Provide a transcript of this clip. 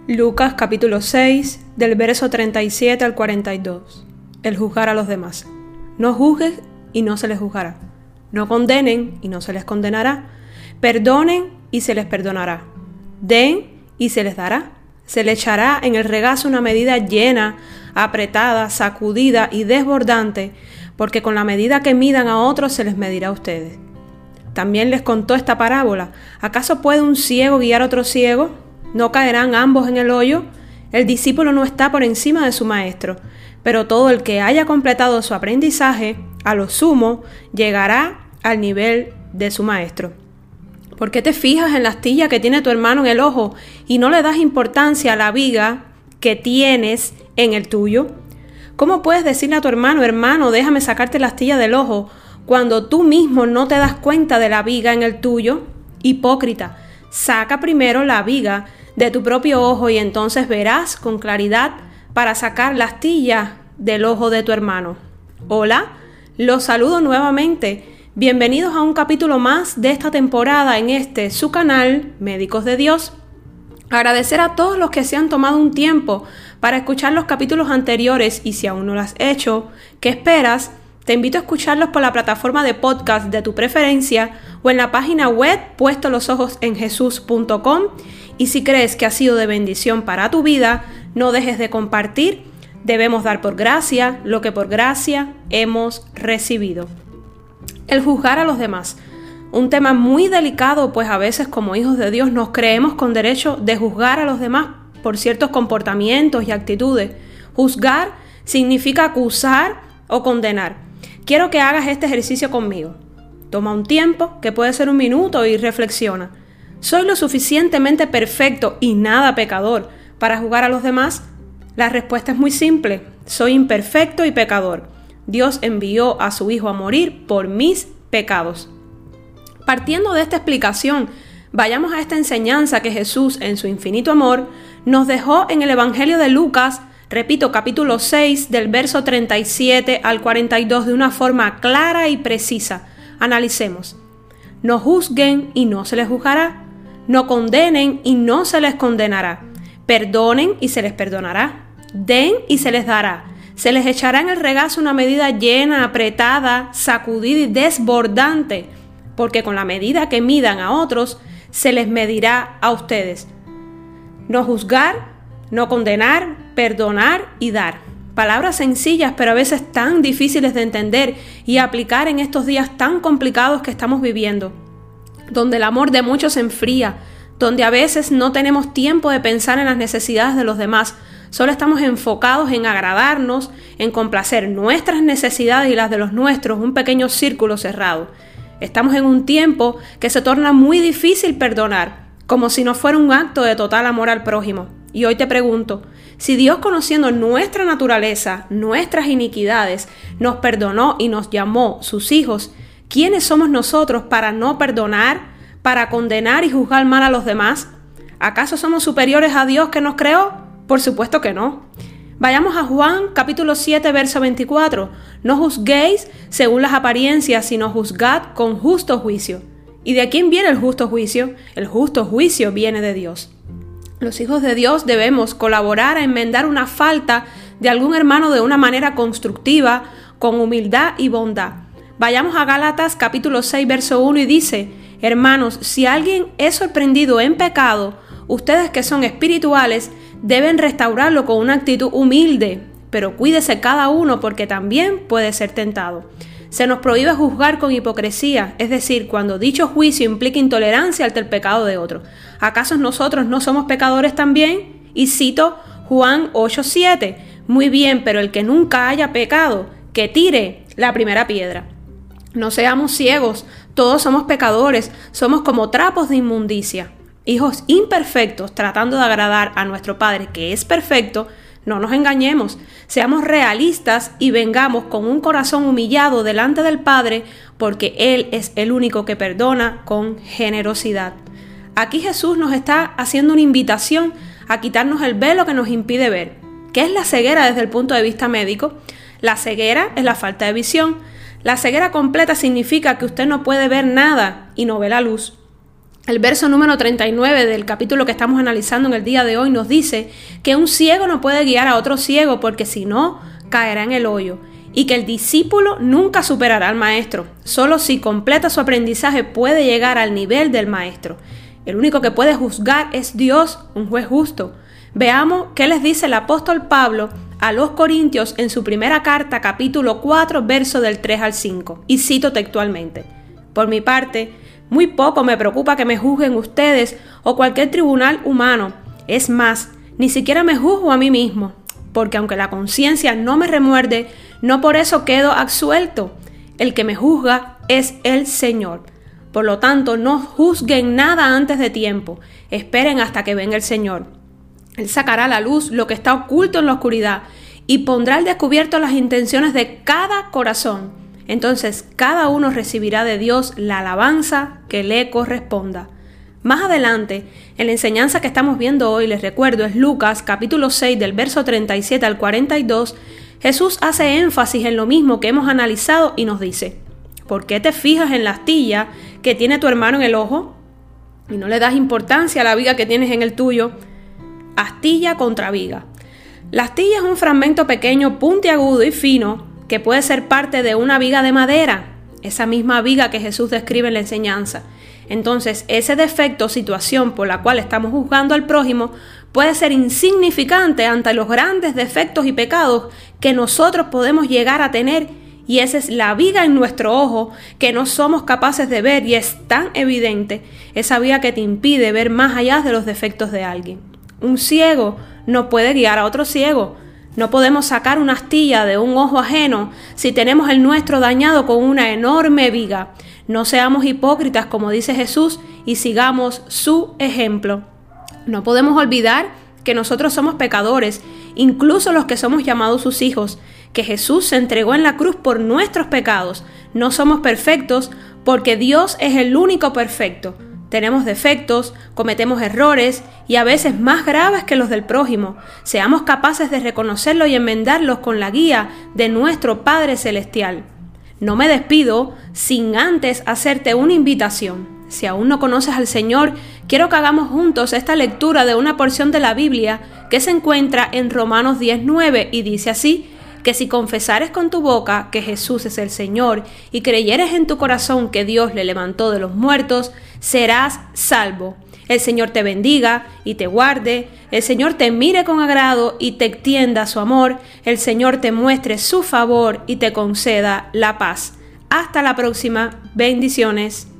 Lucas capítulo 6, del verso 37 al 42. El juzgar a los demás. No juzgues y no se les juzgará. No condenen y no se les condenará. Perdonen y se les perdonará. Den y se les dará. Se les echará en el regazo una medida llena, apretada, sacudida y desbordante, porque con la medida que midan a otros se les medirá a ustedes. También les contó esta parábola. ¿Acaso puede un ciego guiar a otro ciego? ¿No caerán ambos en el hoyo? El discípulo no está por encima de su maestro, pero todo el que haya completado su aprendizaje, a lo sumo, llegará al nivel de su maestro. ¿Por qué te fijas en la astilla que tiene tu hermano en el ojo y no le das importancia a la viga que tienes en el tuyo? ¿Cómo puedes decirle a tu hermano, déjame sacarte la astilla del ojo, cuando tú mismo no te das cuenta de la viga en el tuyo? Hipócrita, saca primero la viga de tu propio ojo y entonces verás con claridad para sacar la astilla del ojo de tu hermano. Hola, los saludo nuevamente. Bienvenidos a un capítulo más de esta temporada en su canal Médicos de Dios. Agradecer a todos los que se han tomado un tiempo para escuchar los capítulos anteriores y si aún no lo has hecho, ¿qué esperas? Te invito a escucharlos por la plataforma de podcast de tu preferencia o en la página web puestolosojos-en-jesús.com. Y si crees que ha sido de bendición para tu vida, no dejes de compartir. Debemos dar por gracia lo que por gracia hemos recibido. El juzgar a los demás. Un tema muy delicado, pues a veces como hijos de Dios nos creemos con derecho de juzgar a los demás por ciertos comportamientos y actitudes. Juzgar significa acusar o condenar. Quiero que hagas este ejercicio conmigo. Toma un tiempo, que puede ser un minuto, y reflexiona. ¿Soy lo suficientemente perfecto y nada pecador para juzgar a los demás? La respuesta es muy simple. Soy imperfecto y pecador. Dios envió a su Hijo a morir por mis pecados. Partiendo de esta explicación, vayamos a esta enseñanza que Jesús, en su infinito amor, nos dejó en el Evangelio de Lucas, repito, capítulo 6, del verso 37 al 42, de una forma clara y precisa. Analicemos. No juzguen y no se les juzgará. No condenen y no se les condenará. Perdonen y se les perdonará. Den y se les dará. Se les echará en el regazo una medida llena, apretada, sacudida y desbordante, porque con la medida que midan a otros, se les medirá a ustedes. No juzgar, no condenar, perdonar y dar. Palabras sencillas, pero a veces tan difíciles de entender y aplicar en estos días tan complicados que estamos viviendo, donde el amor de muchos se enfría, donde a veces no tenemos tiempo de pensar en las necesidades de los demás. Solo estamos enfocados en agradarnos, en complacer nuestras necesidades y las de los nuestros, un pequeño círculo cerrado. Estamos en un tiempo que se torna muy difícil perdonar, como si no fuera un acto de total amor al prójimo. Y hoy te pregunto, si Dios, conociendo nuestra naturaleza, nuestras iniquidades, nos perdonó y nos llamó sus hijos, ¿quiénes somos nosotros para no perdonar, para condenar y juzgar mal a los demás? ¿Acaso somos superiores a Dios que nos creó? Por supuesto que no. Vayamos a Juan capítulo 7, verso 24. No juzguéis según las apariencias, sino juzgad con justo juicio. ¿Y de quién viene el justo juicio? El justo juicio viene de Dios. Los hijos de Dios debemos colaborar a enmendar una falta de algún hermano de una manera constructiva, con humildad y bondad. Vayamos a Gálatas capítulo 6, verso 1 y dice: Hermanos, si alguien es sorprendido en pecado, ustedes que son espirituales deben restaurarlo con una actitud humilde, pero cuídese cada uno porque también puede ser tentado. Se nos prohíbe juzgar con hipocresía, es decir, cuando dicho juicio implica intolerancia ante el pecado de otro. ¿Acaso nosotros no somos pecadores también? Y cito Juan 8:7. Muy bien, pero el que nunca haya pecado, que tire la primera piedra. No seamos ciegos, todos somos pecadores, somos como trapos de inmundicia. Hijos imperfectos tratando de agradar a nuestro Padre que es perfecto. No nos engañemos, seamos realistas y vengamos con un corazón humillado delante del Padre, porque Él es el único que perdona con generosidad. Aquí Jesús nos está haciendo una invitación a quitarnos el velo que nos impide ver. ¿Qué es la ceguera desde el punto de vista médico? La ceguera es la falta de visión. La ceguera completa significa que usted no puede ver nada y no ve la luz. El verso número 39 del capítulo que estamos analizando en el día de hoy nos dice que un ciego no puede guiar a otro ciego porque si no, caerá en el hoyo. Y que el discípulo nunca superará al maestro. Solo si completa su aprendizaje puede llegar al nivel del maestro. El único que puede juzgar es Dios, un juez justo. Veamos qué les dice el apóstol Pablo a los Corintios en su primera carta, capítulo 4, verso del 3 al 5. Y cito textualmente: por mi parte, muy poco me preocupa que me juzguen ustedes o cualquier tribunal humano. Es más, ni siquiera me juzgo a mí mismo, porque aunque la conciencia no me remuerde, no por eso quedo absuelto. El que me juzga es el Señor. Por lo tanto, no juzguen nada antes de tiempo. Esperen hasta que venga el Señor. Él sacará a la luz lo que está oculto en la oscuridad y pondrá al descubierto las intenciones de cada corazón. Entonces, cada uno recibirá de Dios la alabanza que le corresponda. Más adelante, en la enseñanza que estamos viendo hoy, les recuerdo, es Lucas capítulo 6 del verso 37 al 42, Jesús hace énfasis en lo mismo que hemos analizado y nos dice: ¿por qué te fijas en la astilla que tiene tu hermano en el ojo y no le das importancia a la viga que tienes en el tuyo? Astilla contra viga. La astilla es un fragmento pequeño, puntiagudo y fino que puede ser parte de una viga de madera, esa misma viga que Jesús describe en la enseñanza. Entonces, ese defecto o situación por la cual estamos juzgando al prójimo puede ser insignificante ante los grandes defectos y pecados que nosotros podemos llegar a tener, y esa es la viga en nuestro ojo que no somos capaces de ver, y es tan evidente esa viga que te impide ver más allá de los defectos de alguien. Un ciego no puede guiar a otro ciego. No podemos sacar una astilla de un ojo ajeno si tenemos el nuestro dañado con una enorme viga. No seamos hipócritas, como dice Jesús, y sigamos su ejemplo. No podemos olvidar que nosotros somos pecadores, incluso los que somos llamados sus hijos, que Jesús se entregó en la cruz por nuestros pecados. No somos perfectos porque Dios es el único perfecto. Tenemos defectos, cometemos errores y a veces más graves que los del prójimo. Seamos capaces de reconocerlos y enmendarlos con la guía de nuestro Padre Celestial. No me despido sin antes hacerte una invitación. Si aún no conoces al Señor, quiero que hagamos juntos esta lectura de una porción de la Biblia que se encuentra en Romanos 10:9 y dice así: que si confesares con tu boca que Jesús es el Señor y creyeres en tu corazón que Dios le levantó de los muertos, serás salvo. El Señor te bendiga y te guarde, el Señor te mire con agrado y te extienda su amor, el Señor te muestre su favor y te conceda la paz. Hasta la próxima. Bendiciones.